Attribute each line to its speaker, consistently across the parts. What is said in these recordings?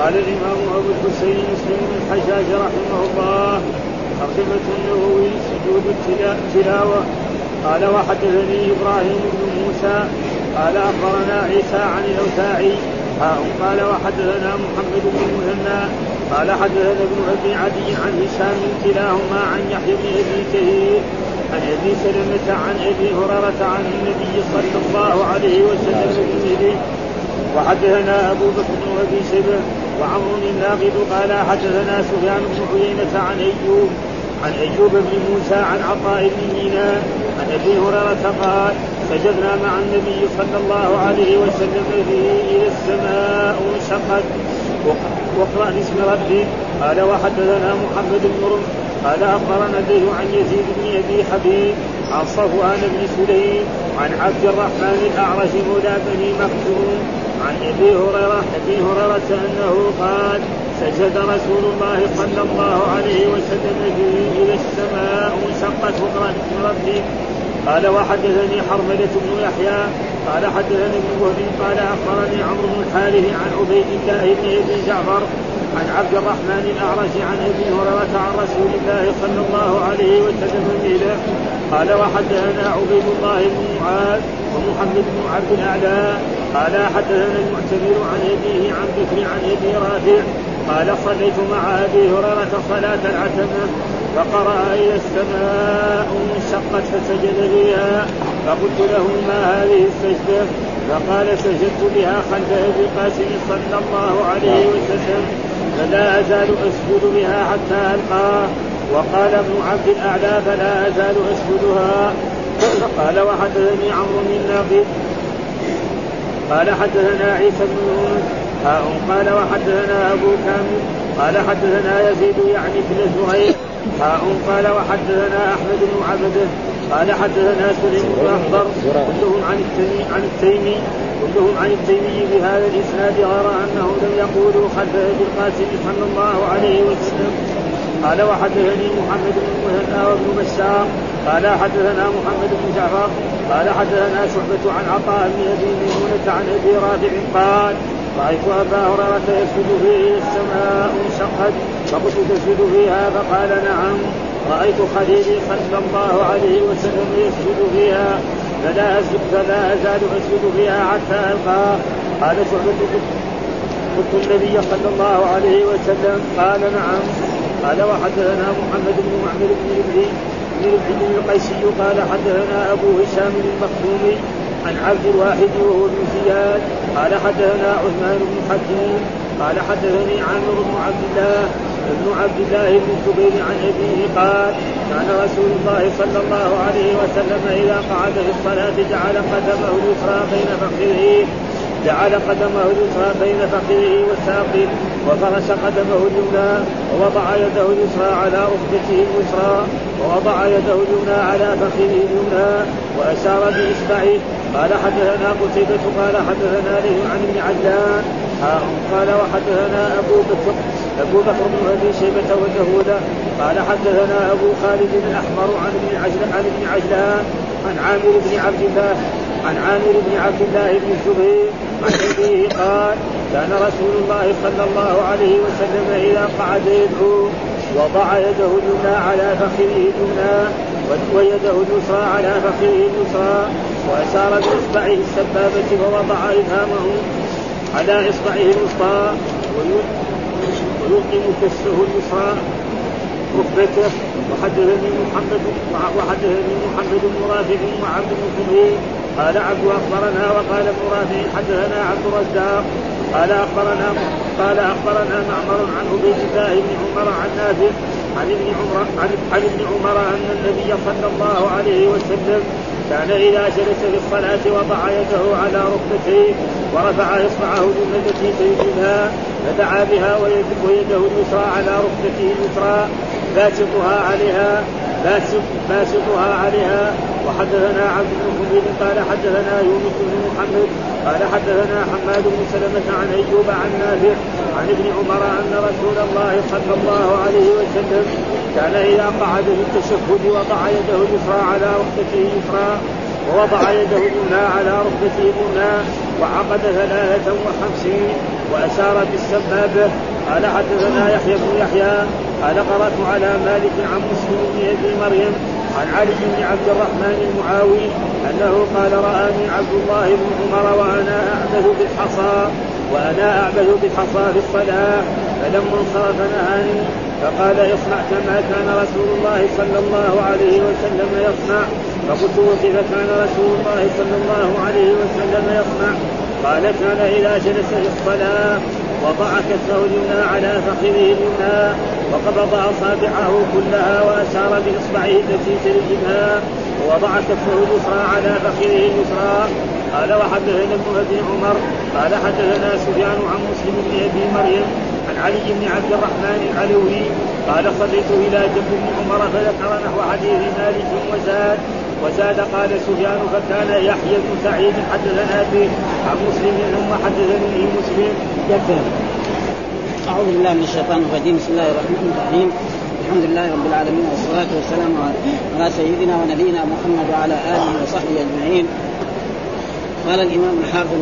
Speaker 1: قال الإمام أبو الحسين مسلم بن الحجاج رحمه الله ترجمة النووي سجود التلاوة. قال وحدثني إبراهيم بن موسى قال أخبرنا عيسى عن الأوزاعي قال وحدثنا محمد بن المثنى قال حدثنا ابن أبي عدي عن هشام كلاهما عن يحيى بن أبي كثير عن أبي سلمة عن أبي هريرة عن النبي صلى الله عليه وسلم بمثله. وحدثنا أبو بكر بن أبي شيبة وعمر الناقد قال حدثنا سفيان بن عيينة عن أيوب بن موسى عن عطاء بن ميناء عن أبي هريرة قال سجدنا مع النبي صلى الله عليه وسلم فيه إلى السماء انشقت واقرأ باسم ربك. قال وحدثنا محمد بن رمح قال أخبرنا الليث عن يزيد بن أبي حبيب عن صفوان بن سليم عن عبد الرحمن الأعرج مولى بني مخزوم عن أبي هريرة أنه قال سجد رسول الله صلى الله عليه وسلم فيه إلى السماء انشقت واقرأ باسم ربك. قال وحدثني حرملة بن يحيى قال حدثني ابن وهب قال أخبرني عمرو بن الحارث عن عبيد الله بن أبي جعفر عن عبد الرحمن الأعرج عن أبي هريرة عن رسول الله صلى الله عليه وسلم مثله. قال وحدثنا عبيد الله بن معاذ ومحمد بن عبد الأعلى قال حدثنا المعتمر عن أبيه عن بكر عن أبي رافع قال صليت مع أبي هريرة صلاة العتمة فقرأ إلى السماء انشقت فسجد بها فقلت له ما هذه السجدة؟ فقال سجدت بها خلف أبي القاسم صلى الله عليه وسلم فلا أزال أسجد بها حتى ألقاه. وقال ابن عبد الأعلى فلا أزال أسجدها. قال وحدثني عمرو بن الناقد قال حدثنا عيسى بن يونس قال وحدثنا أبو كامل قال حدثنا يزيد يعني بن زهير قال وحدثنا أحمد بن عبده قال حدثنا سليم بن أخضر كلهم عن التيمي بهذا الإسناد غير أنه لم يقولوا خلف أبي القاسم صلى الله عليه وسلم. قال وحدثني محمد بن المثنى وابن بشار قال حدثنا محمد بن جعفر قال حدثنا شعبة عن عطاء بن أبي ميمونة عن أبي رافع قال رأيت أبا هريرة يسجد فيه السماء انشقت فقلت تسجد فيها فقال نعم رأيت خليلي صلى الله عليه وسلم يسجد فيها فلا أزال أسجد فيها حتى ألقاه. قال شعبة قلت النبي صلى الله عليه وسلم قال نعم. قال وحدثنا محمد بن معمر بن ربعي القيسي قال حدثنا أبو هشام المخزومي عن عبد الواحد وهو بن زياد قال حدثنا عثمان بن حكيم قال حدثني عامر بن عبد الله بن الزبير عن أبيه قال كان رسول الله صلى الله عليه وسلم إذا قعد في الصلاة جعل قدمه اليسرى بين فخذه والساق وفرش قدمه اليمنى ووضع يده اليسرى على ركبته اليسرى ووضع يده اليمنى على فخذه اليمنى وأشار بإصبعه. قال حدثنا قتيبة قال حدثنا له عن ابن عجلان قال وحدثنا أبو بكر بن أبي شيبة وجهودة قال حدثنا أبو خالد الأحمر عن ابن عجلان عن عامر بن عبد الله بن الزبير عن أبيه قال كان رسول الله صلى الله عليه وسلم إذا قعد يدعو وضع يده اليمنى على فخذه اليمنى ويده اليسرى على فخذه اليسرى وأشار بإصبعه السبابة ووضع إبهامه على إصبعه الوسطى ويلقم كفه اليسرى ركبته. وحدثني محمد بن رافع وعبد بن حميد قال عبد أخبرنا وقال ابن رافع حدثنا عبد الرزاق قال أخبرنا معمر عن عبيد الله بن عمر عن نافع عن ابن عمر أن النبي صلى الله عليه وسلم كان إذا جلس في الصلاة وضع يده على ركبتيه ورفع إصبعه التي تيمنها فدعا بها ويده اليسرى على ركبته اليسرى باسطها عليها. وحدثنا عبد بن حميد قال حدثنا يونس بن محمد قال حدثنا حماد بن سلمة عن أيوب عن نافع عن ابن عمر أن رسول الله صلى الله عليه وسلم كان إذا قعد في التشهد وضع يده اليسرى على ركبته اليسرى ووضع يده اليمنى على ركبته اليمنى وعقد 53 وأشار بالسبابة. قال حدثنا يحيى بن يحيى قال قرأت على مالك عن مسلم بن أبي مريم عن علي بن عبد الرحمن المعاوي أنه قال رآني عبد الله بن عمر وأنا أعبث بالحصى في الصلاة فلما انصرف نهاني فقال اصنع كما كان رسول الله صلى الله عليه وسلم يصنع. فقلت وكيف كان رسول الله صلى الله عليه وسلم يصنع؟ قال كان إذا جلس في الصلاة وضع كفه اليمنى على فخذه اليمنى وقبض أصابعه كلها وأشار بإصبعه التي تلجمها ووضع كفه اليسرى على فخذه اليسرى. قال وحدثنا ابن أبي عمر قال حدثنا سفيان عن مسلم بن أبي مريم عن علي بن عبد الرحمن العلوي قال صليت إلى جنب بن عمر فذكر نحو حديث مالك وزاد قال سفيان فكان يحيى بن سعيد حدثنا به عن مسلم ثم حدثني مسلم.
Speaker 2: أعوذ بالله من الشيطان الرجيم. بسم الله الرحمن الرحيم. الحمد لله رب العالمين والصلاة والسلام على سيدنا ونبينا محمد وعلى آله وصحبه أجمعين. قال الإمام الحافظ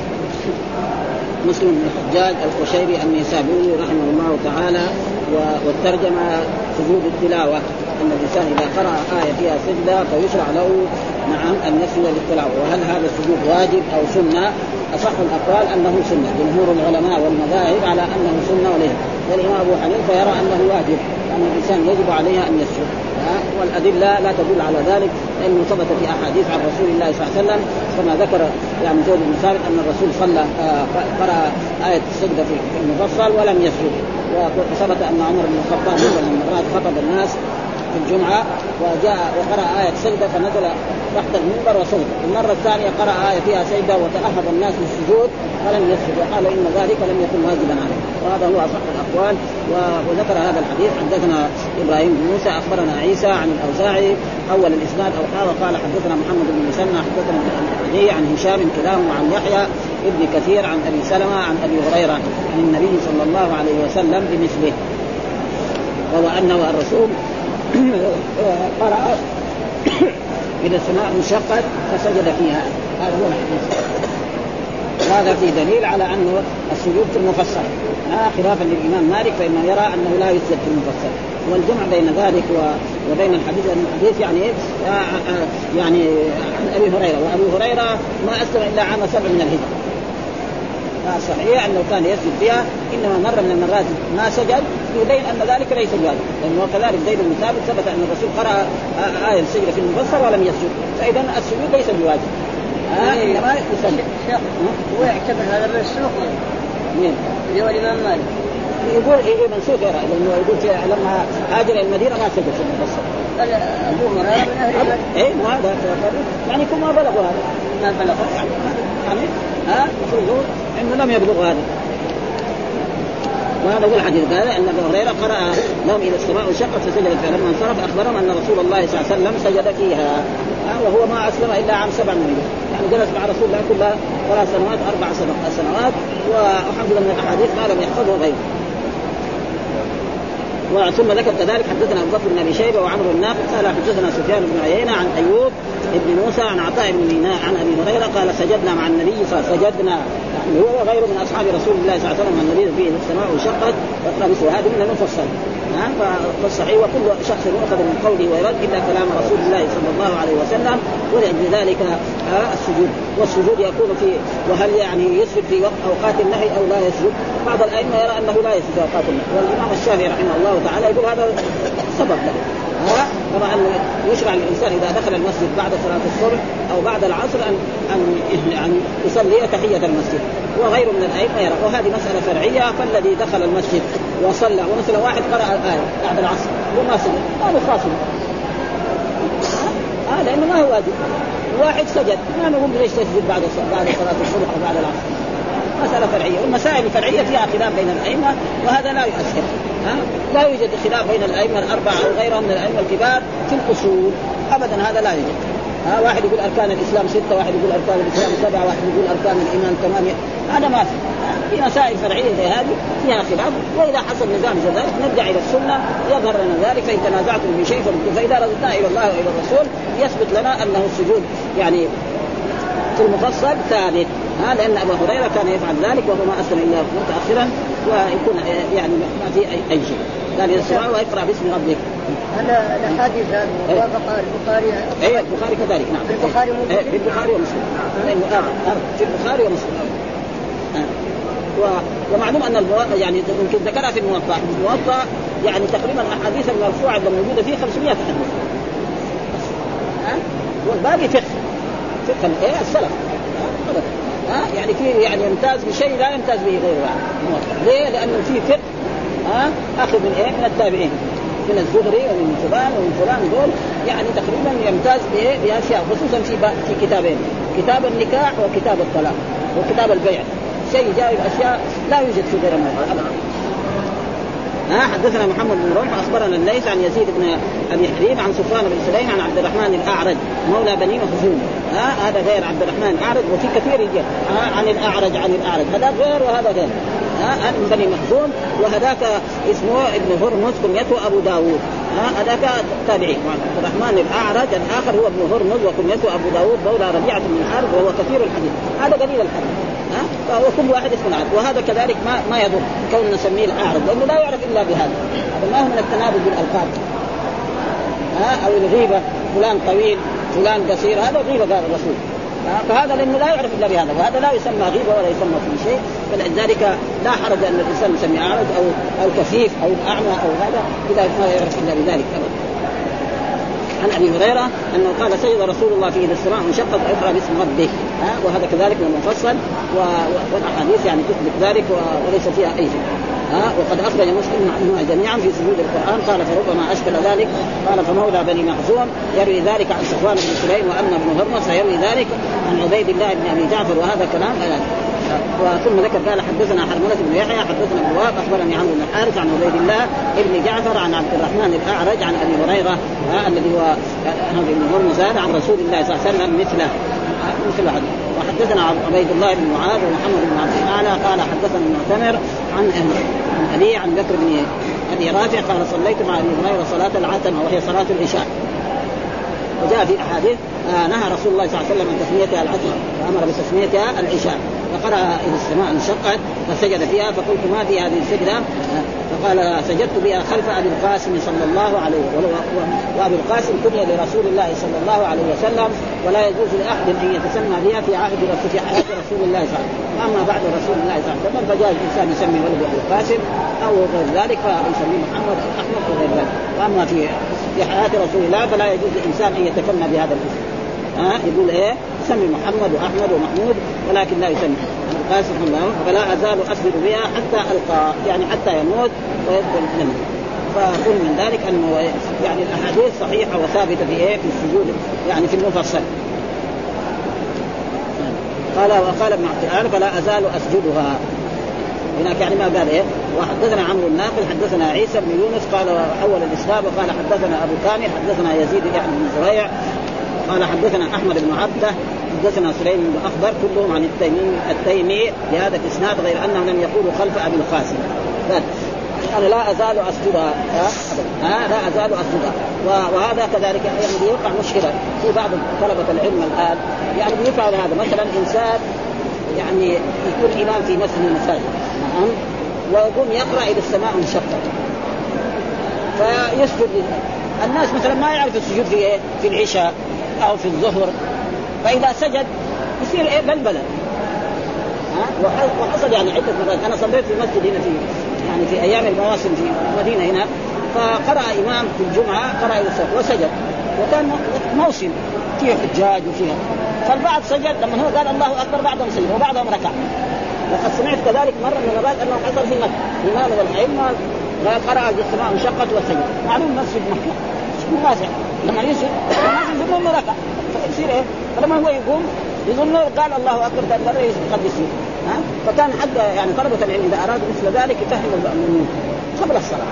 Speaker 2: مسلم بن الحجاج القشيري النيسابوري رحمه الله تعالى والترجمة سجود التلاوة أن الإنسان إذا قرأ آية فيها سجدة فيشرع له أن يسجد للتلاوة. وهل هذا السجود واجب أو سنة؟ أصح الأقوال أنه سنة. جمهور العلماء والمذاهب على أنه سنة وليه. والإمام أبو حنيفة يرى أنه واجب أن الإنسان يجب عليه أن يسجد. والأدلة لا تدل على ذلك لأنه ثبت في أحاديث عن رسول الله صلى الله عليه وسلم كما ذكر يعني زيد بن ثابت أن الرسول صلى قرأ آية السجدة في المفصل ولم يسجد. وثبت أن عمر بن الخطاب من المرات خطب الناس في الجمعة وجاء وقرأ آية سجدة فنزل تحت المنبر وسجد. المرة الثانية قرأ آية فيها سجدة وتأهب الناس للسجود فلم يسجد وقال إن ذلك لم يكن واجبا عليه. وهذا هو أصح الأقوال. وذكر هذا الحديث حدثنا إبراهيم بن موسى أخبرنا عيسى عن الأوزاعي أول الإسناد أو قال حدثنا محمد بن مسنى حدثنا الحديث عن هشام كلاهما عن يحيى ابن كثير عن أبي سلمة عن أبي هريرة عن النبي صلى الله عليه وسلم بمثله. وهو أنه الرسول قرأ إذا السماء انشقت فسجد فيها. هذا هو الحديث. هذا في دليل على أنه السجود في المفصل خلافا للإمام مالك فإنه يرى أنه لا يسجد في المفصل. والجمع بين ذلك وبين الحديث يعني عن أبي هريرة. وأبي هريرة ما أسلم إلا عام 7 من الهجرة. صحيح أنه كان يسجد فيها إنما مرة من المرات ما سجد يبين أن ذلك ليس بواجب. لأنه كذلك زيد بن ثابت ثبت أن الرسول قرأ آية السجدة في المفصل ولم يسجد. فإذا السجود ليس بواجب. إنما يسجد.
Speaker 3: هو يعتبر هذا منسوخ
Speaker 2: مين؟
Speaker 3: اللي هو الإمام مالك
Speaker 2: يقول إيه منسوخ يرى لأنه يقول لما هاجر إلى المدينة ما سجد في المفصل.
Speaker 3: أبو هريرة من أهل البلد.
Speaker 2: إيه ما هذا يعني كم ما بلغوا هذا
Speaker 3: ما بلغوا
Speaker 2: يعني مفروض إنه لم يبلغ هذا. وهذا هو الحديث هذا أن أبو هريرة قرأ لهم إلى السماء انشقت فسجد فيها لما انصرف أخبرهم أن رسول الله صلى الله عليه وسلم سجد فيها وهو ما أسلم إلا عام 7 من الهجرة. يعني جلس مع رسول الله كلها 3 سنوات 4 سنوات وحفظ من الأحاديث ما لم يحفظه غيره. ثم ذكر كذلك حدثنا أبو بكر بن أبي شيبة وعمر الناقد قال حدثنا سفيان بن عيينة عن أيوب ابن موسى عن عطاء بن ميناء عن أبي هريرة قال سجدنا مع النبي سجدنا يعني هو وغيره من أصحاب رسول الله صلى الله عليه وسلم مع النبي فيه السماء وشقت وقال مثل هذه من المفصل. فالصحيح وكل شخص يؤخذ من قوله ويرد إلا كلام رسول الله صلى الله عليه وسلم. ولأجل ذلك السجود والسجود يكون في وهل يعني يسجد في وقت أوقات النهي أو لا يسجد. بعض الأئمة يرى أنه لا يسجد في أوقات النهي والإمام الشافعي رحمه الله تعالى يقول هذا سبب له. كما أن يشرع للإنسان إذا دخل المسجد بعد صلاة الصبح أو بعد العصر أن يصلي تحية المسجد. وغير من الأئمة يرى وهذه مسألة فرعية. فالذي دخل المسجد وصلى ومثلا واحد قرأ الآية بعد العصر وما سجد هذا خاصم لأنه ما هو واجب. واحد سجد ما نقول ليش تسجد بعد صلاة الصبح أو بعد العصر. مسألة فرعية. والمسائل الفرعية فيها خلاف بين الأئمة وهذا لا يؤثر. لا يوجد خلاف بين الأئمة الأربعة أو غيرهم من الأئمة الكبار في الأصول أبدا. هذا لا يوجد. واحد يقول أركان الإسلام 6 واحد يقول أركان الإسلام 7 واحد يقول أركان الإيمان 8. هذا ما في مسائل فرعية زي هذه فيها خلاف. وإذا حصل نظام زي ذلك نرجع إلى السنة يظهر لنا ذلك. فإن تنازعتم في شيء فإذا ردنا إلى الله وإلى الرسول يثبت لنا أنه السجود يعني في المفصل ثابت. لأن أبا هريرة كان يفعل ذلك وهو ما أسلم إلا متأخرا ويكون يعني ما في أي شيء. قال يسمع ويقرأ باسم ربك.
Speaker 3: هذا الحديث هذا وافق البخاري.
Speaker 2: أي البخاري كذلك نعم. في البخاري ومسلم. في البخاري ومسلم. ومعلوم أن يعني يمكن ذكرها في الموطأ يعني تقريبا أحاديث المرفوعة الموجودة فيه 500 حديث. والباقي فقه السلف. يعني في يعني يمتاز بشيء لا يمتاز به غيره. ليه؟ لأنه في فقه أخذ من من التابعين من الزهري ومن فلان دول يعني تقريبا يمتاز بأشياء خصوصا في كتابين، كتاب النكاح وكتاب الطلاق وكتاب البيع، شيء جاي بأشياء لا يوجد في غير الموضوع. حدثنا محمد بن رمح أخبرنا الليث عن يزيد بن أبي حبيب عن سفيان بن سليم عن عبد الرحمن الأعرج مولى بني مخزوم. هذا غير عبد الرحمن الأعرج وفي كثير يجي عن الأعرج هذا غير وهذا غير. من بني مخزوم وهذاك اسمه ابن هرمز كنيته أبو داود. هذاك تابعي. عبد الرحمن الأعرج الآخر هو ابن هرمز وكنيته أبو داود مولى ربيعة بن الحارث وهو كثير الحديث. هذا قليل الحديث. فهو كل واحد اسمه عارف. وهذا كذلك ما يضر كون نسميه الأعرج لأنه لا يعرف إلا بهذا. هذا ما هو من التنابذ بالألقاب. أو الغيبة فلان طويل فلان قصير هذا غيبة قال الرسول. فهذا لأنه لا يعرف إلا بهذا وهذا لا يسمى غيبة ولا يسمى في شيء. فلذلك لا حرج أن الإنسان يسمي أعرج أو كفيف أو أعمى أو هذا إذا ما يعرف إلا بذلك. عن أبي هريرة أنه قال سيد رسول الله في إذا السماء انشقت اقرأ باسم ربك. وهذا كذلك من المفصل والأحاديث يعني تثبت ذلك وليس فيها أي شيء. وقد أخرج مسلم عنهما جميعا في سجود القرآن. قال فربما أشكل ذلك قال فمولى بني مخزوم يروي ذلك عن صفوان بن سليم وأما بن هرمز فيروي ذلك عن عبيد الله بن أبي جعفر وهذا كلام ثم ذكر قال حدثنا حرملة بن يحيى حدثنا ابن وهب أخبرني عمرو بن الحارث عن عبيد الله بن جعفر عن عبد الرحمن الأعرج عن أبي هريرة الذي هو ابن هرمز عن رسول الله صلى الله عليه وسلم مثل هذا. وحدثنا عبيد الله بن معاذ ومحمد بن عبد الأعلى قال حدثنا المعتمر عن أبي عن بكر بن أبي رافع قال صليت مع أبي هريرة صلاة العتمة وهي صلاة العشاء. وجاء في أحاديث نهى رسول الله صلى الله عليه وسلم عن تسميتها العتمة وأمر بتسميتها العشاء. فقرأ إذا السماء انشقت فسجد فيها فقلت ما في هذه السجدة فقال سجدت بها خلف أبي القاسم صلى الله عليه وسلم. وأبي القاسم كنية لرسول الله صلى الله عليه وسلم ولا يجوز لأحد أن يتسمى بها في حياة رسول الله صلى الله عليه وسلم. أما بعد رسول الله صلى الله عليه وسلم فجاء الإنسان يسمي ولده أبي القاسم أو غير ذلك فيسمي محمد أو أحمد وغير ذلك. وأما في حياة رسول الله فلا يجوز للإنسان أن يتكلم بهذا الاسم. يقول سمي محمد وأحمد ومحمود ولكن لا يسمي القاسم فلا أزال أسجد بها حتى ألقى يعني حتى يموت ويدخل الجنة. فأقول من ذلك أنه يعني الأحاديث صحيحة وثابتة في السجود يعني في المفصل. وقال ابن عبد العال فلا أزال أسجدها هناك يعني ما قال وحدثنا عمرو الناقل حدثنا عيسى بن يونس قال أول الإسلام وقال حدثنا أبو كامل حدثنا يزيد يعني بن زريع قال حدثنا أحمد بن عبده حدثنا سليم بن أخضر كلهم عن التيمي بهذا الإسناد غير أنهم لم يقولوا خلف أبي القاسم. أنا لا أزال أسجدها لا أزال أسجدها. وهذا كذلك يعني يوقع مشكلة في بعض طلبة العلم الآن يعني يفعل هذا. مثلا إنسان يعني يكون إمام في مسجد المساجد ويقوم يقرأ إلى السماء انشقت فيسجد. الناس مثلا ما يعرف السجود في العشاء أو في الظهر فإذا سجد يصير بلبلة. وحصل يعني عدة مرات. أنا صليت في المسجد هنا يعني في أيام المواسم في مدينة هنا فقرأ إمام في الجمعة قرأ إلى السجود وسجد وكان موسم فيه حجاج وفيها فالبعض سجد لما هو قال الله أكبر بعضهم سجد وبعضهم ركع. وقد سمعت كذلك مرة من المرات أنه حصل في مكة إمام الأئمة قرأ السماء انشقت وسجد. معلوم مسجد مكة واسع لما يسجد الناس يظنوا انه ركع فيصير فلما هو يقوم يظنوا قال الله اكبر قال قد يصير. فكان حتى يعني طلبة العلم اذا ارادوا مثل ذلك يفهموا المؤمنين قبل الصلاة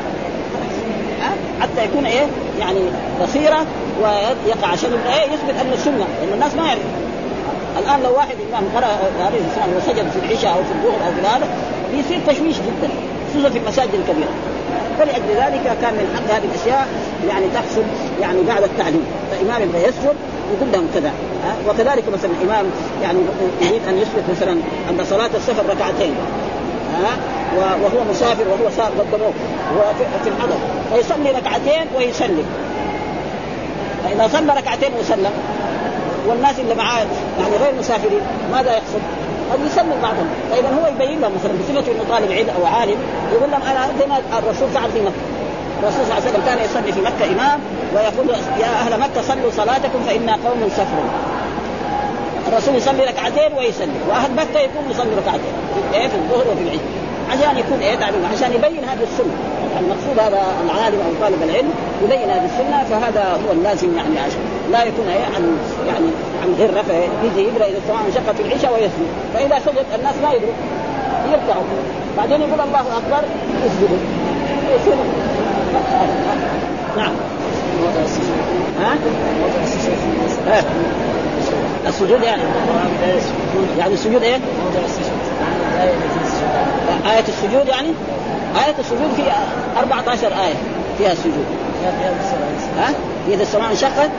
Speaker 2: حتى يكون يعني بصيرة ويقع شيء يثبت ان السنة لان الناس ما يعرف. الان لو واحد امام قرأ هذه السنة وسجد في العشاء او في الظهر او في هذا يصير تشويش جدا خصوصا في المساجد الكبيرة. فلأجل ذلك كان من حق هذه الأشياء يعني تحصل يعني بعد التعليم. فإمام يسجد يقول لهم كذا. وكذلك مثلا الإمام يعني يريد أن يثبت مثلا أن صلاة السفر ركعتين وهو مسافر وهو صار قدموه وهو في الحضر فيصلي ركعتين ويسلم. فإذا صلى ركعتين وسلم والناس اللي معاه يعني غير مسافرين ماذا يحصل؟ أو يسلم بعضهم. فإذا هو يبين لهم مثلا بصفته إنه طالب علم أو عالم يقول لهم أنا زي ما الرسول فعل في مكة. الرسول صلى الله عليه وسلم كان يصلي في مكة إمام ويقول يا أهل مكة صلوا صلاتكم فإنا قوم سفر. الرسول يصلي ركعتين ويسلم وأهل مكة يكون يصلي ركعتين في الظهر وفي العيد عشان يكون تعليم عشان يبين هذه السنة. المقصود هذا العالم أو طالب العلم يبين هذه السنة فهذا هو اللازم يعني عشان لا يكون عن غير رفع يجي يقرأ إذا سواء شق في العشاء ويسجد فإذا سجد الناس لا يدروا يركعوا بعدين يقول الله أكبر يسجدوا. نعم السجود يعني السجود ايه آية السجود يعني آية السجود في 14 آية فيها السجود إذا السماء انشقت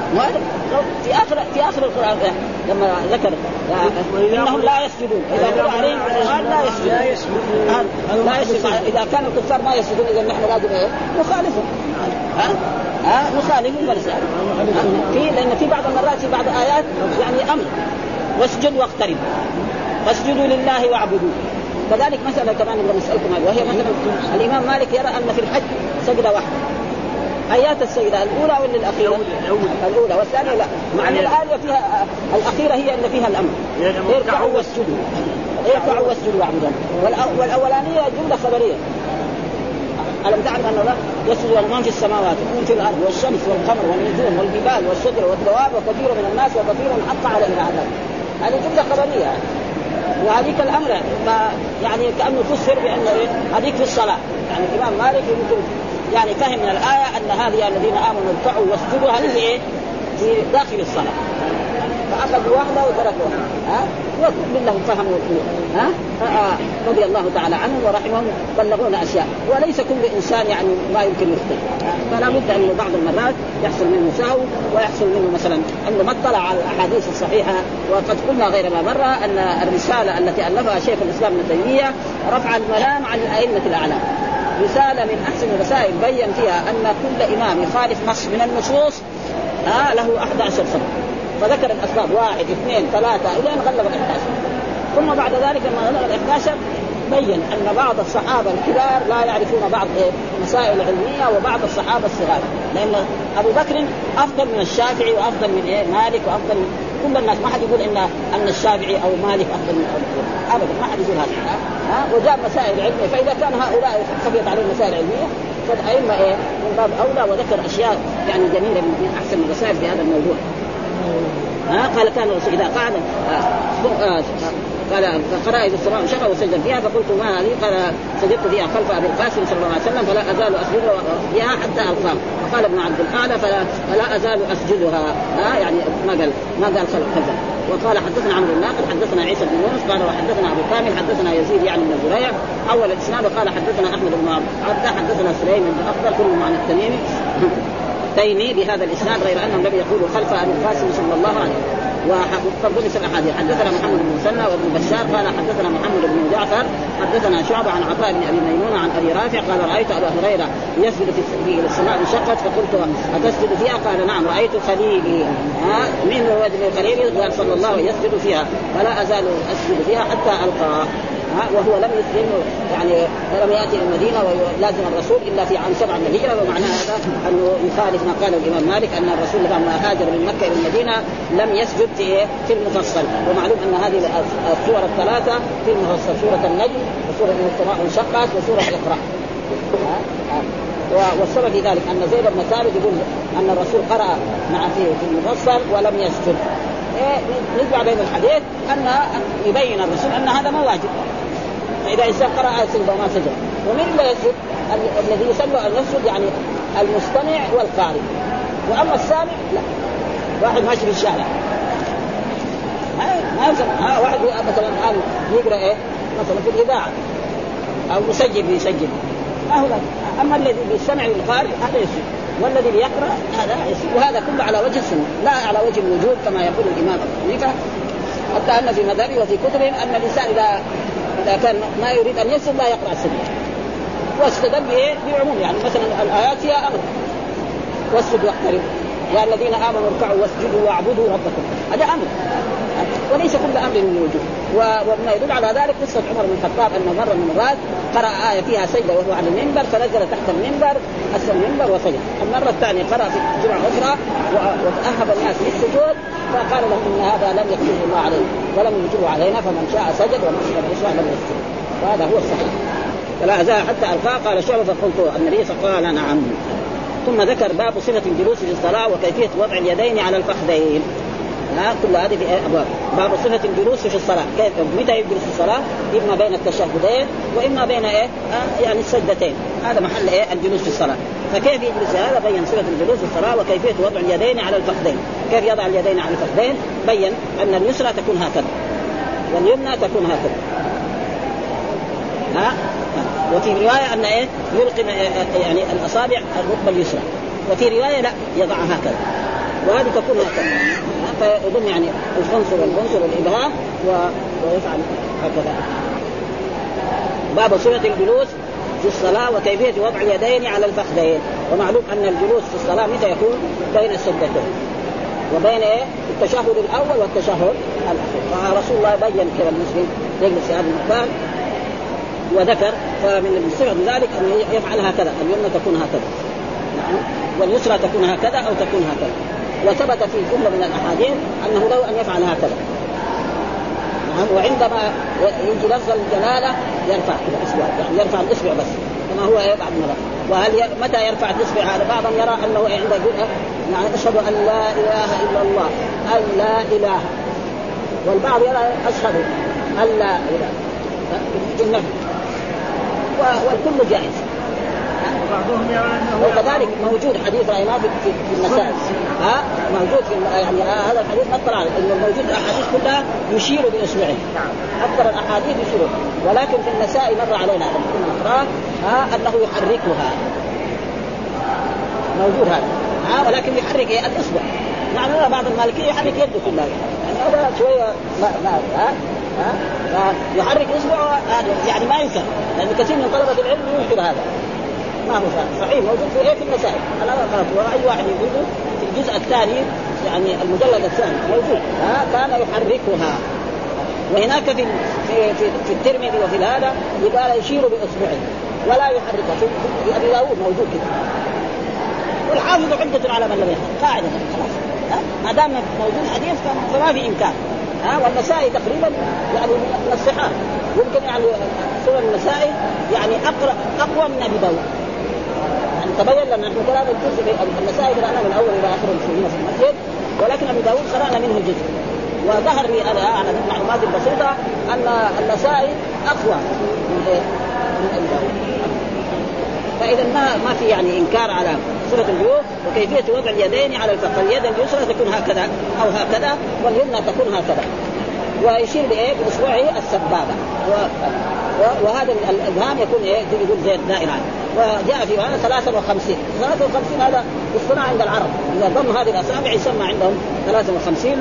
Speaker 2: في آخر القرآن لما ذكر إنهم لا يسجدون إذا قرأ عليهم القرآن لا يسجدون إذا كان الكفار ما يسجدون إذا نحن لازم نخالفهم نخالفهم برسالة لأن في بعض المرات في بعض آيات يعني أمر واسجد واقترب واسجدوا لله واعبدوا. كذلك مسألة كمان اللي نسألكم وهي مثلا الإمام مالك يرى أن في الحج سجدة واحدة. آيات السجدة الأولى ولا الأخيرة؟ الأولى والثانية لا. مع أن الآية فيها الأخيرة هي اللي فيها الأمر اركعوا واسجدوا واعبدوا والأولانية جملة خبرية. ألم تعلم أن الله يسجد من في السماوات ومن في الأرض والشمس والقمر والنجوم والجبال والشجر والدواب وكثير من الناس وكثير حق عليه العذاب. هذه جملة خبرية وهذيك الأمر يعني كأنه تفسر بأنه هذيك في الصلاة. يعني الإمام مالك يمكن يعني فهم من الآية أن هذه الذين آمنوا اركعوا واسجدوا هذه في داخل الصلاة فأخذ واحدة وترك واحدة وكل لهم فهموا رضي الله تعالى عنهم ورحمهم بلغونا أشياء وليس كل إنسان يعني ما يمكن يخطئ. فلا بد أن بعض المرات يحصل منه سهو ويحصل منه مثلا أنه ما اطلع على الأحاديث الصحيحة. وقد قلنا غير ما مرة أن الرسالة التي ألفها شيخ الإسلام ابن تيمية رفع الملام عن الأئمة الأعلام رسالة من أحسن الرسائل بين فيها أن كل إمام يخالف نص من النصوص له 11 سنة. فذكر الأسباب 1 2 3 إلى أن غلب 11. ثم بعد ذلك لما غلب 11 بين أن بعض الصحابة الكبار لا يعرفون بعض مسائل علمية وبعض الصحابة الصغار. لأن أبو بكر أفضل من الشافعي وأفضل من مالك وأفضل من كل الناس. ما حد يقول أن الشافعي أو مالك أفضل من أبدا ما حد يقول هذا. وجاء مسائل علمية فإذا كان هؤلاء خفيت عليهم مسائل علمية فالأئمة من باب أولى. وذكر أشياء يعني جميلة من أحسن الرسائل في هذا الموضوع. قال كان الرسول إذا قال فقرأ إذا السماء انشقت وسجد فيها فقلت ما هذه؟ قال سجدت فيها خلف أبي القاسم صلى الله عليه وسلم فلا أزال أسجد فيها حتى ألقاه. وقال ابن عبد الأعلى فلا أزال أسجدها يعني ما قال خلف كذا. وقال حدثنا عمرو الناقد حدثنا عيسى بن يونس قال وحدثنا أبو كامل حدثنا يزيد يعني بن زريع أول الإسناد. وقال حدثنا أحمد بن عبده حدثنا سليم بن أفضل كلهم عن التميمي تيمي بهذا الإسناد غير أنهم لم يقولوا خلف أبي القاسم صلى الله عليه وسلم. وقد الأحاديث حدثنا محمد بن مسنى وابن بشار قال حدثنا محمد بن جعفر حدثنا شعبة عن عطاء بن أبي ميمون عن أبي رافع قال رأيت أبا هريرة يسجد في السماء انشقت فقلت أتسجد فيها؟ قال نعم رأيت خليلي من هو خليلي قال صلى الله عليه يسجد فيها فلا أزال أسجد فيها حتى ألقاه. وهو لم يسلم يعني لم يأتي المدينة ولازم الرسول إلا في عام 7 من الهجرة. ومعنى هذا أنه يخالف ما قال الإمام مالك أن الرسول لما هاجر من مكة إلى المدينة لم يسجد في المفصل. ومعلوم أن هذه السور الثلاثة في المفصل سورة النجم وسورة السماء انشقت وسورة اقرأ. والسبب في ذلك أن زيد بن ثابت يقول أن الرسول قرأ مع في المفصل ولم يسجد. نجمع بين الحديث أن يبين الرسول أن هذا ما واجب. فإذا إنسان قرأ آية سجد وما سجد ومن لا يسجد الذي يسلم أن يسجد يعني المستمع والقارئ. وأما السامع لا. واحد ماشي في الشارع ما يسمع واحد مثلا الآن يقرأ مثلا في الإذاعة أو مسجل يسجل ما هو. أما الذي بيستمع للقارئ هذا يسجد والذي بيقرأ هذا وهذا كله على وجه السنة لا على وجه الوجوب كما يقول الإمام أبو حنيفة. حتى أن في مذهبه وفي كتبهم أن الإنسان إذا كان ما يريد أن يسجد لا يقرأ السجدة. واستدل بعموم يعني مثلا الآيات هي أمر واسجد واقترب يا الذين آمنوا اركعوا واسجدوا واعبدوا ربكم هذا أمر وليس كل أمر من الوجوب. وما يدل على ذلك قصة عمر بن الخطاب أن مرة من المرات قرأ آية فيها سجدة وهو على المنبر فنزل تحت المنبر أسفل المنبر وسجد. المرة الثانية قرأ في جمعة أخرى وتأهب الناس للسجود فقال لهم إن هذا لم يكتب الله عليه ولم يجب علينا فمن شاء سجد ومن شاء لم يسجد وهذا هو الصحيح. فلا أزال حتى ألقاه قال شعبة فقلت النبي قال نعم. ثم ذكر باب صفة الجلوس في الصلاة وكيفية وضع اليدين على الفخذين. كل هذه في أبواب. باب صفة الجلوس في الصلاة كيف متى يجلس في الصلاة إما بين التشهدين وإما بين يعني السجدتين هذا محل الجلوس في الصلاة. فكيف يجلس هذا بين صفة الجلوس في الصلاة وكيفية وضع اليدين على الفخذين. كيف يضع اليدين على الفخذين بين أن اليسرى تكون هكذا واليمنى تكون هكذا وفي رواية أن يلقي يعني الأصابع الركبة اليسرى وفي رواية لا يضعها هكذا وهذه تكون هكذا فيضم يعني الخنصر والإبهام ويفعل هكذا. باب صفة الجلوس في الصلاة وكيفية وضع اليدين على الفخذين. ومعلوم أن الجلوس في الصلاة متى يكون بين السجدتين وبين التشهد الأول والتشهد الأخير. فرسول الله بين كذا المسلم يجلس في هذا المكان وذكر فمن الصفة ذلك أن يفعل هكذا اليمنى تكون هكذا واليسرى تكون هكذا أو تكون هكذا. وثبت في جملة من الأحاديث أنه لو أن يفعل هكذا وعندما يجي لفظ الجلالة يرفع الإصبع يعني يرفع الإصبع بس كما هو بعد مرة. وهل متى يرفع الإصبع هذا بعضهم يرى أنه عند يقول يعني أشهد أن لا إله إلا الله أن لا إله والبعض يرى أشهد أن لا إله النفي والكل جائز. وكذلك موجود حديث رأيناه في النسائي موجود في يعني هذا الحديث أكثر على إنه موجود أحاديث كلها يشير بإصبعه أكثر الأحاديث يشير ولكن في النسائي مر علينا أنه يحركها موجود هذا ولكن يحرك الإصبع يعني بعض المالكية يحرك يده كلها يعني هذا شوية ما يحرك إصبعه يعني ما ينكر لأن كثير من طلبة العلم ينكر هذا ما هو صحيح موجود في النسائي أنا قرأت وأي واحد يقوله في الجزء الثاني يعني المجلد الثاني موجود كان يحركها. وهناك في الترمذي وفي هذا يقال يشير بإصبعه ولا يحركها في أبي داود موجود كده. والحافظ حجة على من لم يحرك قاعدة خلاص ما دام موجود حديث فما في إمكان. والنسائي تقريبا يعني من الصحة يمكن يعني سورة النسائي يعني أقوى من أبي داود يعني تبين لنا نحن قرأنا الجزء النسائي قرأنا من أول إلى آخر في المسجد ولكن أبي داود قرأنا منه جزء. وظهر لي أنا على المعلومات البسيطة أن النسائي أقوى من أبي داود. فإذا ما في يعني إنكار على صفة الجلوس وكيفية وضع اليدين على الفخذ. اليد اليسرى تكون هكذا أو هكذا واليمنى تكون هكذا ويشير بإصبعه السبابة وهذا الإبهام يكون يقول زي الدائرة. وجاء في هذا 53 هذا اصطناع عند العرب إذا ضم هذه الأصابع يسمى عندهم 53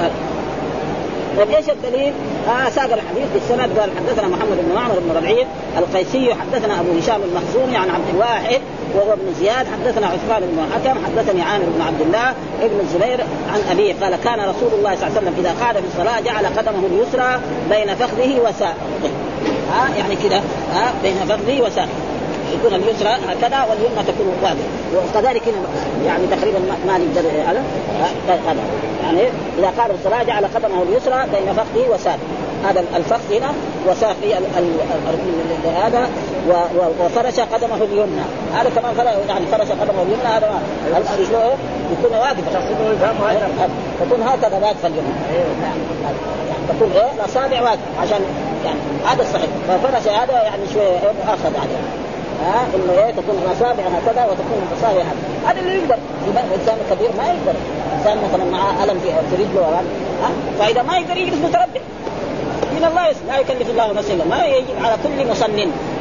Speaker 2: وليش الدليل؟ ساق الحديث بالسند قال حدثنا محمد بن معمر بن ربيع القيسي حدثنا أبو هشام المخزومي عن عبد الواحد وهو ابن زياد حدثنا عثمان بن الحكم حدثني عامر بن عبد الله ابن الزبير عن أبيه قال كان رسول الله صلى الله عليه وسلم إذا قعد في الصلاة جعل قدمه اليسرى بين فخذه وساقه يعني كده بين فخذه وساقه يكون اليسرى هكذا واليمنى تكون واضحة. وكذلك يعني تقريبا ما نقدر هذا يعني إذا قال الصلاة جعل قدمه اليسرى بين فخذه وساقه هذا الفخذ هنا وساقه هذا وفرش قدمه اليمنى هذا كمان يعني فرش قدمه اليمنى هذا يكون واقف تكون هكذا واقفة اليمنى تكون الأصابع واقف عشان يعني هذا الصحيح. ففرش هذا يعني شوية آخر عليه إنه تكون الأصابع هكذا وتكون الأصابع هذا اللي يقدر. الإنسان الكبير ما يقدر إنسان مثلا معه ألم في رجله فإذا ما يقدر يجلس متربع من الله لا يكلف الله نفسا ما يجب على كل مصنن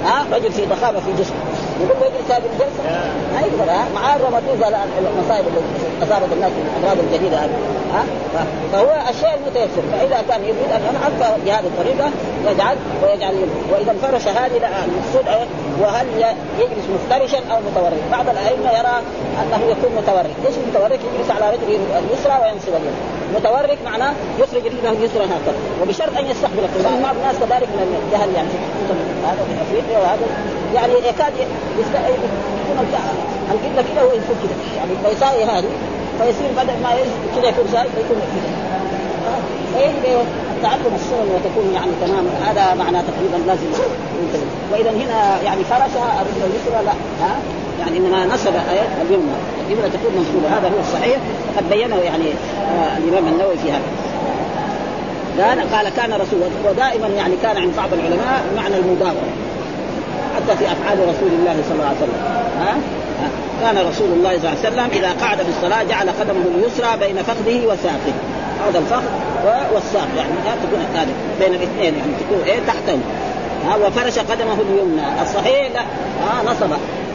Speaker 2: رجل في ضخامه في جسمه يقول له يجلس هذه الجلسه ما يقدر مع الروماتيز المصائب اللي اصابت الناس من الامراض الجديده هذه فهو الشيء المتيسر. فاذا كان يريد ان ينعم بهذه الطريقه ويجعل واذا انفرش هذه المقصود وهل يجلس مفترشا او متورك. بعض الائمه يرى انه يكون متورك. ايش متورك؟ يجلس على رجله اليسرى وينصب اليمنى. متورك معناه يخرج رجله اليسرى هكذا وبشرط ان يستقبل القبله. بعض الناس كذلك من الجهل يعني هذا في افريقيا وهذا يعني يكاد يكون القبله كده وينصب كده يعني فيساوي هذه فيصير بدل ما كده يكون شايف يكون كده. فيجب تعلم السنن وتكون يعني تمام. هذا معناه تقريبا لازم ينتبه. واذا هنا يعني فرشها الرجل اليسرى لا يعني انما نصب اليمنى اليمنى تكون منصوبه. هذا هو الصحيح قد بينه يعني الامام النووي في هذا. قال كان رسول ودائما يعني كان عند بعض العلماء معنى المداوره حتى في افعال رسول الله صلى الله عليه وسلم. كان رسول الله صلى الله عليه وسلم اذا قعد في الصلاه جعل قدمه اليسرى بين فخذه وساقه. هذا الفخذ والساق يعني تكون هذه بين الاثنين يعني تكون تحته. وفرش قدمه اليمنى. الصحيح لا نصب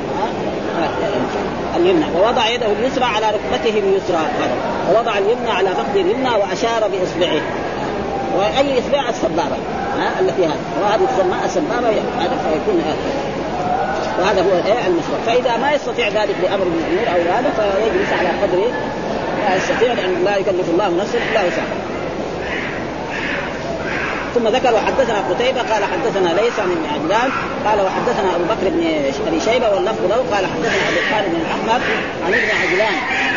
Speaker 2: اليمنى ووضع يده اليسرى على ركبته اليسرى ووضع اليمنى على فخذه اليمنى واشار باصبعه. واي اصبع السبابه التي هذه وهذه تسمى السبابه هذا فيكون وهذا هو المسبب. فاذا ما يستطيع ذلك لامر من الامور او هذا فيجلس على قدره لا يستطيع لان لا يكلف الله نفسا الا وسعها. ثم ذكر وحدثنا قتيبة قال حدثنا ليس عن ابن عجلان قال وحدثنا أبو بكر بن أبي شيبة واللفظ له قال حدثنا أبو خالد بن أحمد عن ابن عجلان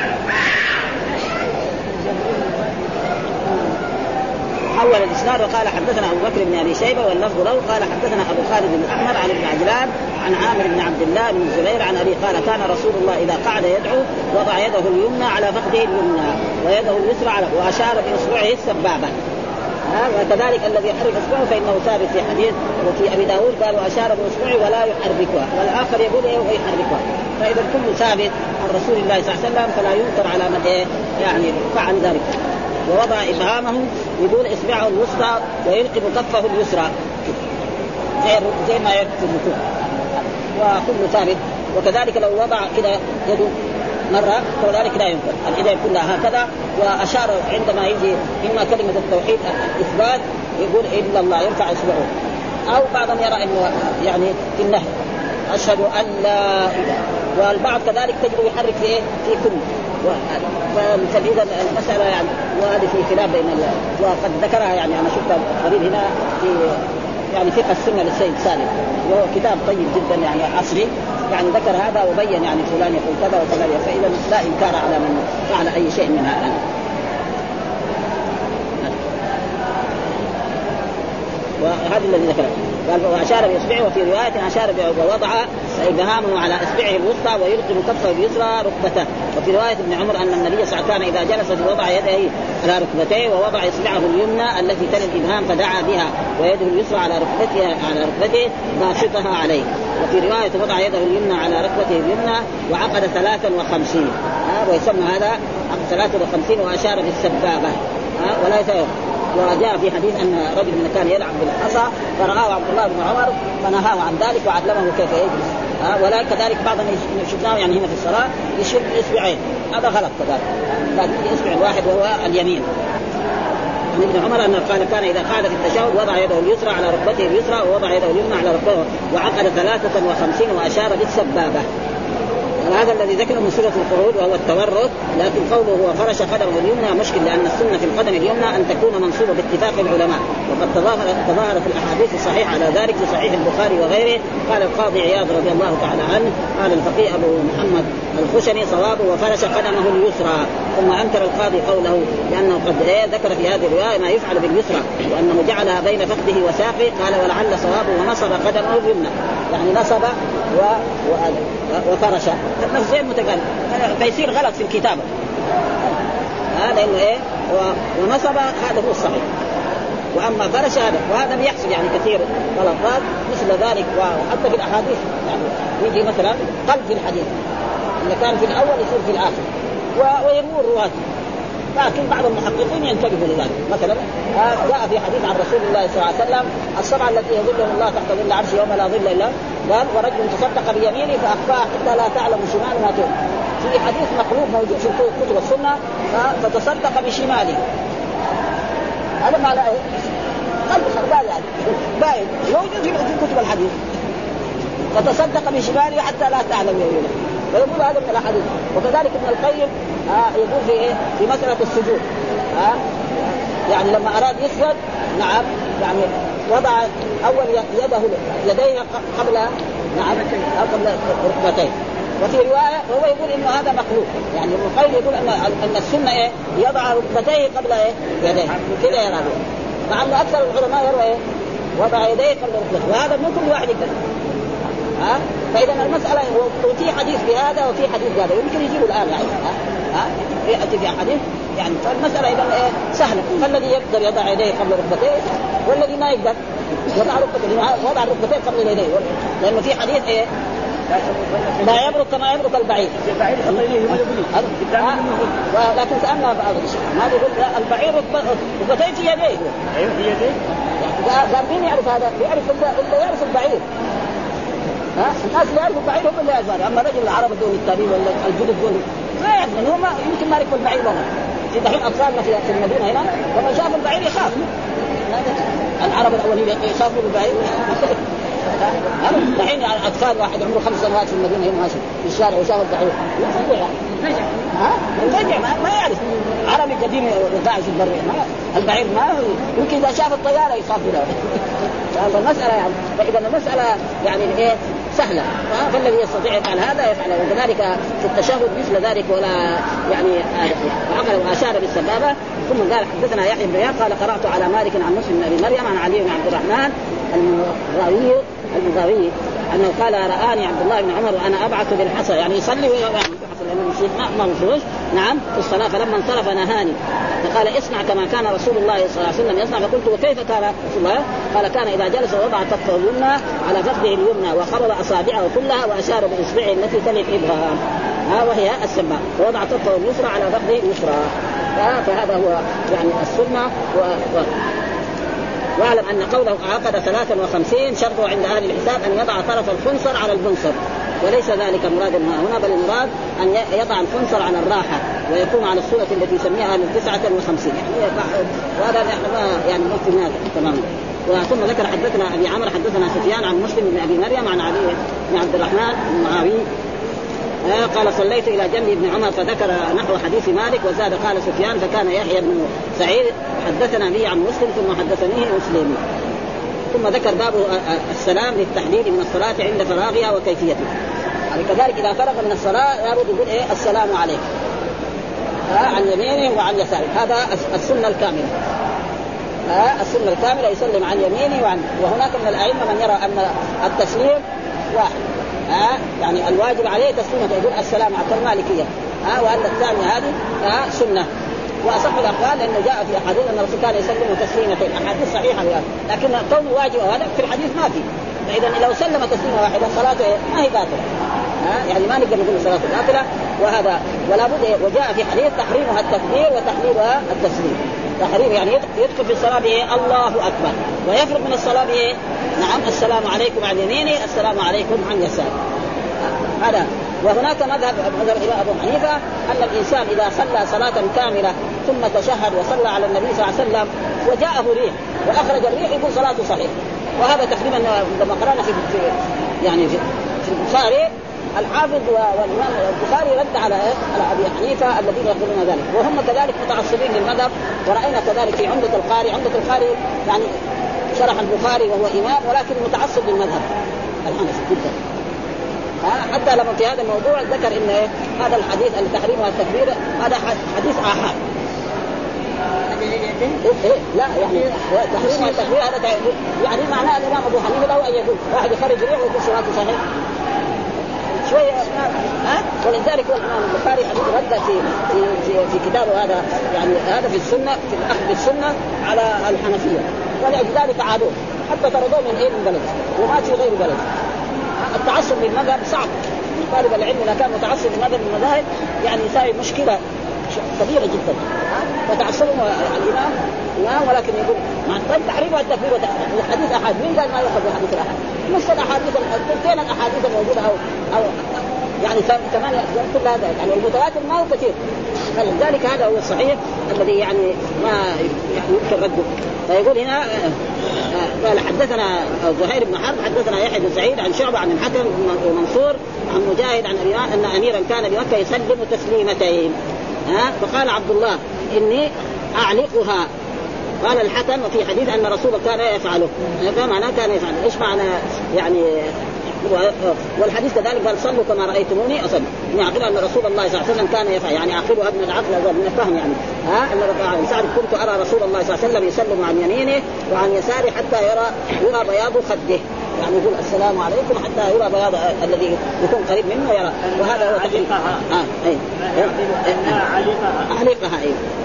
Speaker 2: حول الإسناد وقال حدثنا أبو بكر بن أبي شيبة واللفظ له قال حدثنا أبو خالد بن أحمد عن ابن عجلان عن عامر بن عبد الله بن الزبير عن أبي قال كان رسول الله إذا قعد يدعو وضع يده اليمنى على فخذه اليمنى ويده اليسرى على وأشار بإصبعه السبابة. وكذلك الذي يحرك اصبعه فانه ثابت في حديث وفي ابي داود قال واشار باصبعه ولا يحركها والاخر يقول ويحركها. فاذا كل ثابت عن رسول الله صلى الله عليه وسلم فلا ينكر على من يعني فعل ذلك. ووضع ابهامه يقول اصبعه الوسطى ويلقب كفه اليسرى زي ما يكتب الركوع وكل ثابت. وكذلك لو وضع كده يده مرة وذلك لا ينكر. الإيدين كلها هكذا وأشار عندما يجي إما كلمة التوحيد إثبات يقول إلا الله يرفع إصبعه أو بعضهم يرى إنه يعني في النهي أشهد أن لا إله. والبعض كذلك تجد يحرك في كل فإذا المسألة يعني وهذه في خلاف بين وقد ذكرها يعني أنا شفت قريب هنا في يعني فقه السنة للسيد سالم وهو كتاب طيب جدا يعني عصري يعني ذكر هذا وبين يعني فلان يقول كذا وكذا. فإذا لا إنكار على من فعل أي شيء من هذا. وهذا الذي ذكره قال وأشار بإصبعه وفي رواية أشار ووضع إبهامه على إصبعه الوسطى ويلقم كفه اليسرى ركبته. وفي رواية ابن عمر أن النبي صلى الله عليه وسلم إذا جلس وضع يده على ركبتيه ووضع إصبعه اليمنى التي تلي الإبهام فدعا بها ويده اليسرى على ركبته باسطها عليه. وفي رواية وضع يده اليمنى على ركبته اليمنى وعقد 53 ويسمى هذا عقد 53 وأشار بالسبابة ولا يتيقظ. وجاء في حديث أن رجل من كان يلعب بالحصى فرآه عبد الله بن عمر فنهاه عن ذلك وعلمه كيف يجلس. ولا كذلك بعضنا شفناه يعني هنا في الصلاة يشير بإصبعين هذا غلط كذلك لكن بإصبع واحد وهو اليمين. عن ابن عمر أنه قال كان إذا قعد في التشهد وضع يده اليسرى على ركبته اليسرى ووضع يده اليمنى على ركبته وعقد 53 وأشار بالسبابة. هذا الذي ذكره من سورة القعود وهو التورك. لكن قوله هو فرش قدمه اليمنى مشكل لأن السنة في القدم اليمنى أن تكون منصوبة باتفاق العلماء وقد تظاهر في الأحاديث الصحيحة على ذلك في صحيح البخاري وغيره. قال القاضي عياض رضي الله تعالى عنه قال الفقيه أبو محمد الخشني صوابه وفرش قدمه اليسرى. ثم أنكر القاضي قوله لأنه قد ذكر في هذه الرواية ما يفعل باليسرى وأنه جعلها بين فخذه وساقه. قال ولعل صوابه ونصب قدمه اليمنى يعني نصب وفرش نفسين متقارب فيصير غلط في الكتابة. هذا إنه ونصب هذا هو الصحيح. وأما فرش هذا وهذا بيحصل يعني كثير غلطات مثل ذلك. وحتى في الأحاديث يعني يجي مثلا قلب في الحديث اللي كان في الأول يصير في الآخر ويمور رواته لكن بعض المحققين ينتبهوا لذلك. مثلا جاء في حديث عن رسول الله صلى الله عليه وسلم السبعة التي يظلهم الله تحت ظل عرشه يوم لا ظل إلا، قال ورجل تصدق بيمينه فأخفاها حتى لا تعلم شماله ما تنفق. في حديث مقلوب موجود في كتب السنة فتصدق بشماله، هذا ما لا قلب خربان يعني باين موجود في كتب الحديث، فتصدق بشماله حتى لا تعلم يمينه، ويقول هذا من الأحاديث. وكذلك ابن القيم يقول في مسألة السجود يعني لما أراد يسجد نعم يعني وضع أول يديه قبل نعم قبل ركبتين. وفي رواية وهو يقول إنه هذا مخلوق، يعني ابن القيم يقول أن السنة يضع ركبتيه قبل يديه كذا يرى، مع أن أكثر العلماء يروي وضع يديه قبل ركبتيه، وهذا مو كل واحد يقدر. فإذا المسألة وفي حديث بهذا وفي حديث بهذا يمكن يجيبوا الآن يعني يأتي في حديث يعني. فالمسألة إذا سهلة، فالذي يقدر يضع يديه قبل ركبتيه والذي ما يقدر وضع ركبتيه قبل يديه، لأنه في حديث لا يبرك كما يبرك البعير. لكن سألنا بعض الشيء ما يقول البعير ركبتيه في يديه.
Speaker 1: أيوة في يديه.
Speaker 2: قال مين يعرف هذا؟ يعرف إلا يعرف البعير. الناس اللي يعرفوا البعير هم اللي يعرفوا، أما رجل العرب دون التابعين ولا الجدد دون ما يعرف، إنه ما يمكن ما يعرف البعير والله. في دحين أطفالنا في المدينة هنا لما شافوا البعير يخاف. العرب الأولين يخافوا بالبعير. دحين أطفال واحد عمره 5 سنوات في المدينة هنا ماشي في الشارع وشاف البعير رجع ما يعرف. عربي قديم قاعد في البر البعير ما يمكن إذا شاف الطيارة يخاف له. فالمسألة يعني فإذا المسألة يعني إيه سهلة، فالذي يستطيع يفعل هذا يفعله. وكذلك في التشهد مثل ذلك ولا يعني عقل وأشار بالسبابة. ثم قال حدثنا يحيى بن يحيى قال قرأت على مالك عن مسلم بن أبي مريم عن علي بن عبد الرحمن المغاوي أنه قال رآني عبد الله بن عمر وأنا أبعث بالحصى، يعني يصلي ويعني ما مفروش نعم في الصلاة، فلما انصرف نهاني فقال اصنع كما كان رسول الله صلى الله عليه وسلم يصنع. فقلت وكيف كان رسول الله؟ قال كان إذا جلس وضع كفه اليمنى على فخذه اليمنى وقبض أصابعه كلها وأشار بإصبعه التي تلي الإبهام وهي السبابة، ووضع كفه اليسرى على فخذه اليسرى. فهذا هو يعني السنة. واعلم أن قوله عقد 53 شرطه عند أهل الحساب أن يضع طرف الخنصر على البنصر، وليس ذلك مراد هنا، بل المراد أن يضع الخنصر على الراحة ويكون على الصورة التي يسميها من 59 وهذا يعني ممكن تماما. وثم ذكر حدثنا أبي عمرو حدثنا سفيان عن مسلم بن أبي مريم عن علي بن عبد الرحمن المعاوي قال صليت إلى جنب ابن عمر فذكر نحو حديث مالك وزاد قال سفيان فكان يحيى بن سعيد حدثنا به عن مسلم ثم حدثنيه مسلم. ثم ذكر باب السلام للتحليل من الصلاة عند فراغها وكيفيته، يعني كذلك إذا فرغ من الصلاة يرد يقول السلام عليك عن يمينه وعن يساره، هذا السنة الكاملة. السنة الكاملة يسلم عن يمينه وعن، وهناك من الأئمة من يرى أن التسليم واحد يعني الواجب عليه تسليمه يقول السلام على المالكية وأن الثانية هذه سنة. وأصح الأقوال لأنه جاء في أحاديث أن الرسول كان يسلم تسليمتين، أحاديث صحيحة يعني. لكن كونه واجب وهذا في الحديث ما في، فإذا لو سلم تسليمة واحدة صلاته ما هي باطلة يعني ما نقدر نقول صلاته باطلة. وهذا ولا بد. وجاء في حديث تحريمها التكبير وتحليلها التسليم. تحريم يعني يدخل في الصلاة الله أكبر ويفرغ من الصلاة نعم السلام عليكم عن يمينه السلام عليكم عن يساره هذا. وهناك مذهب إلى أبو حنيفة أن الإنسان إذا صلى صلاة كاملة ثم تشهد وصلى على النبي صلى الله عليه وسلم وجاءه ريح وأخرج الريح يقول صلاته صحيح. وهذا تقريبا لما قرأنا في البخاري الحافظ والإمام البخاري رد على أبي حنيفة الذين يقولون ذلك، وهم كذلك متعصبين للمذهب. ورأينا كذلك في عمدة القاري يعني شرح البخاري وهو إمام ولكن متعصب للمذهب الحنفي جدا. حتى لما في هذا الموضوع ذكر إن هذا الحديث التحريم والتكبير هذا حديث آحاد. لا يعني تحريم والتكبير هذا يعني معناه الإمام أبو حنيفة له أن يقول واحد يخرج ريح ويقول صلاته صحيح شوية ولذلك الإمام البخاري حديث رد في كتابه هذا يعني هذا في السنة في الأخذ بالسنة على الحنفية، ولذلك عادوه حتى طردوه من بلد وما في غير بلد. التعصب للمذهب صعب. طالب العلم إذا كان متعصب لمذهب من المذاهب يعني يساوي مشكلة كبيرة جدا. فتعصبهم الإمام ولكن يقول مع تحريم والتكبير والحديث أحد. مين قال ما يأخذ حديث الأحد؟ نفس الأحاديث الثلثين الأحاديث الموجودة أو يعني 8 كل هذا يعني المتواتر ما هو كثير. فلذلك هذا هو الصحيح الذي يعني ما يمكن رده. فيقول هنا قال حدثنا زهير بن حرب حدثنا يحيى بن سعيد عن شعبة عن الحكم ومنصور عن مجاهد عن أن أميرا كان بمكة يسلم تسليمتين. فقال عبد الله إني أعلقها. قال الحكم وفي حديث أن رسوله كان يفعله. هذا معناه كان يفعله. إيش معنى يعني؟ والحديث كذلك قال صلوا كما رأيتموني أصلي. يعقل أن رسول الله صلى الله عليه وسلم كان يفعل يعني عقله ابن العقل من الفهم يعني. أن سعد كنت أرى رسول الله صلى الله عليه وسلم يسلم عن يمينه وعن يساره حتى يرى بياض خده يعني يقول السلام عليكم حتى يرى بياض الذي يكون قريب منه يرى. وهذا هو
Speaker 1: علقها.
Speaker 2: علقها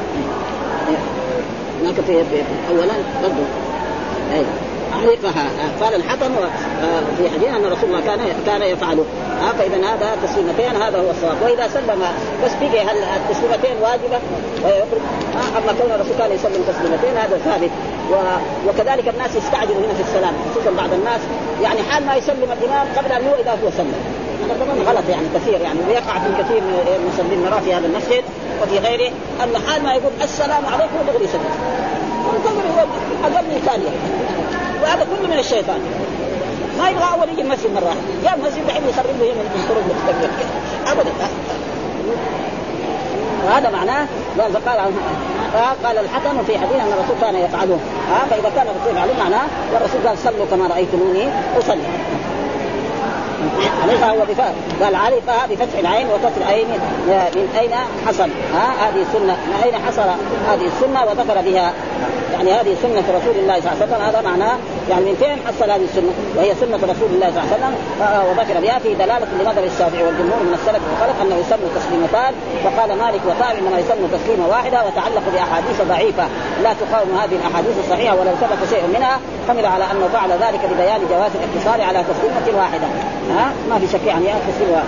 Speaker 2: هناك في أولا برضو علقها. قال الحكم في حديث أن رسول الله كان يفعله. فإذا هذا تسليمتين هذا هو الصواب. وإذا سلم بس بقي هل التسليمتين واجبة أما كون الرسول كان يسلم تسليمتين هذا ثابت. وكذلك الناس يستعجلوا هنا في السلام خصوصا بعض الناس يعني حال ما يسلم الإمام قبل أن يؤذى هو سلم. هذا طبعا غلط يعني كثير يعني ويقع في كثير من المسلمين نرى في هذا المسجد وفي غيره أن حال ما يقول السلام عليكم ودغري يسلم أقل من ثانية. وهذا كله من الشيطان. ما يبغى أول يجي المسجد مرة جاء المسجد بحب يخرب له من الطرق المستقبل أبدا. وهذا معناه قال الحكم في حديث أن الرسول كان يفعله. فإذا كان الرسول يفعله معناه والرسول قال صلوا كما رأيتموني أصلي. عليها هو قال عليها بفتح العين وكسر العين. من أين حصل هذه السنة؟ من أين حصل هذه السنة وذكر بها يعني هذه سنة رسول الله صلى الله عليه وسلم. هذا معناه يعني من فين حصل هذه السنة وهي سنة رسول الله صلى الله عليه وسلم. وذكر بها في دلالة لمذهب الشافعي والجمهور من السلف والخلف أنه يسن تسليمتان. فقال مالك وطائر إنما يسن تسليمة واحدة وتعلق بأحاديث ضعيفة لا تقاوم هذه الأحاديث الصحيحة ولو ثبت شيء منها حمل على أنه فعل ذلك لبيان جواز الاقتصار على تسليمة واحدة. ما في شك يعني تسليمة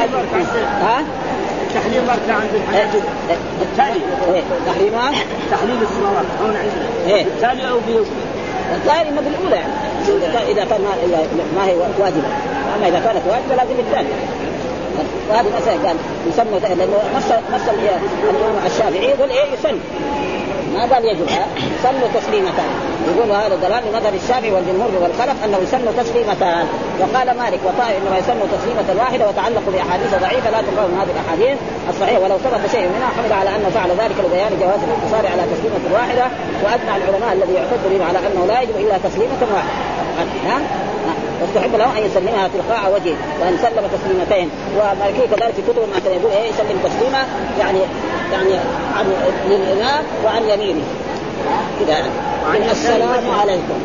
Speaker 1: تحليل مركع عند الحنابلة التالي تحليل الصلوات هون عندنا التالي أو
Speaker 2: الثاني ما بالأولى يعني إذا كان ما هي واجبة. أما إذا كانت واجبة لازم الثاني. وهذه مسألة قال يسمى لأنه نص الإمام الشافعي يقول يسن ما قال يجب يسن تسليمتان. يقول هذا دلال لمذهب الشافعي والجمهور والخلف أنه يسن تسليمتان. وقال مالك وطائر إنما يسن تسليمة واحدة وتعلق بأحاديث ضعيفة لا تقاوم هذه الأحاديث الصحيحة ولو ثبت شيء منها حمل على أنه فعل ذلك لبيان جواز الاقتصار على تسليمة واحدة. وأجمع العلماء الذي يعتد به على أنه لا يجب إلا تسليمة واحدة. واستحب له أن يسلمها تلقاء وجهه وأن سلم تسليمتين. ومالكي كذلك في كتب ما كان يقول يسلم تسليمة يعني عن للإمام وعن يمينه كذا يعني السلام عليكم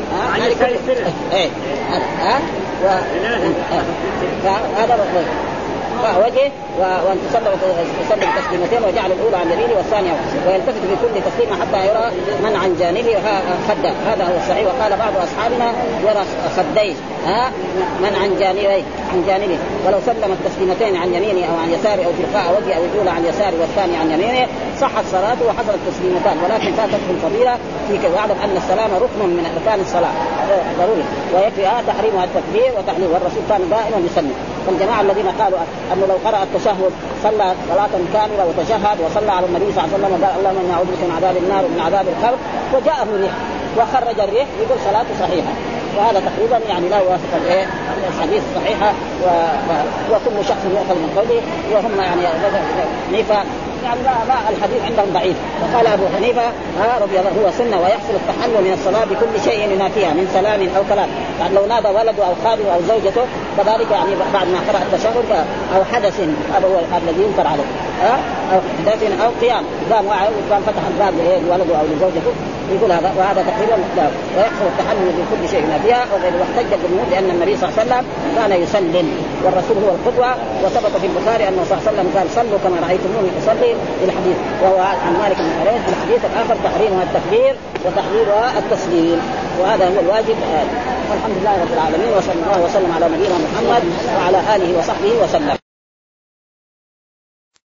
Speaker 2: هذا وجه وأن تسلم تسليمتين وجعل الأولى عن يمينه والثانية ويلتفت في كل تسليمة حتى يرى من عن جانبه خده. هذا هو الصحيح. وقال بعض أصحابنا يرى خديه من عن جانبه ولو سلم التسليمتين عن يمينه أو عن يساره أو تلقاء وجهه أو الأولى عن يساره والثانية عن يمينه صحت صلاته وحصلت تسليمتان. ولكن فاتته الفضيلة فيك. واعلم أن السلام ركن من أركان الصلاة ضروري ويكفي تحريمها التكبير وتحليل. والرسول كان دائما يسلم. فالجماعة الذين قالوا أنه لو قرأ التشهد صلى صلاة كاملة وتشهد وصلى على النبي صلى الله عليه وسلم وقال اللهم إني أعوذ بك من عذاب النار ومن عذاب القبر وجاءه الريح وخرج الريح يقول صلاته صحيحة. وهذا تقريبا يعني لا يوافق الحديث الصحيحة. وكل شخص يأخذ من قوله وهم يعني حنيفة يعني لا الحديث عندهم ضعيف. وقال أبو حنيفة رضي الله هو سنة ويحصل التحلل من الصلاة بكل شيء ينافيها من سلام أو كلام. يعني لو نادى ولده أو خادمه أو زوجته كذلك يعني بعد ما قرأ التشهد أو حدث هذا هو الذي ينكر عليه أو حدث أو قيام قام فتح الباب لولده أو لزوجته يقول هذا. وهذا تقريبا ويحصل التحلل بكل شيء ينافيها. واحتج الجمهور لأن النبي صلى الله عليه وسلم كان يسلم والرسول هو القدوة. وثبت في البخاري أنه صلى الله عليه وسلم قال صلوا كما رأيتموني أصلي الحديث. وهو عن مالك بن حريث. الحديث الآخر تحريمها التكبير وتحليلها التسليم. وهذا هو الواجب. والحمد لله رب العالمين وصلى الله وسلم على نبينا محمد وعلى آله وصحبه وسلم.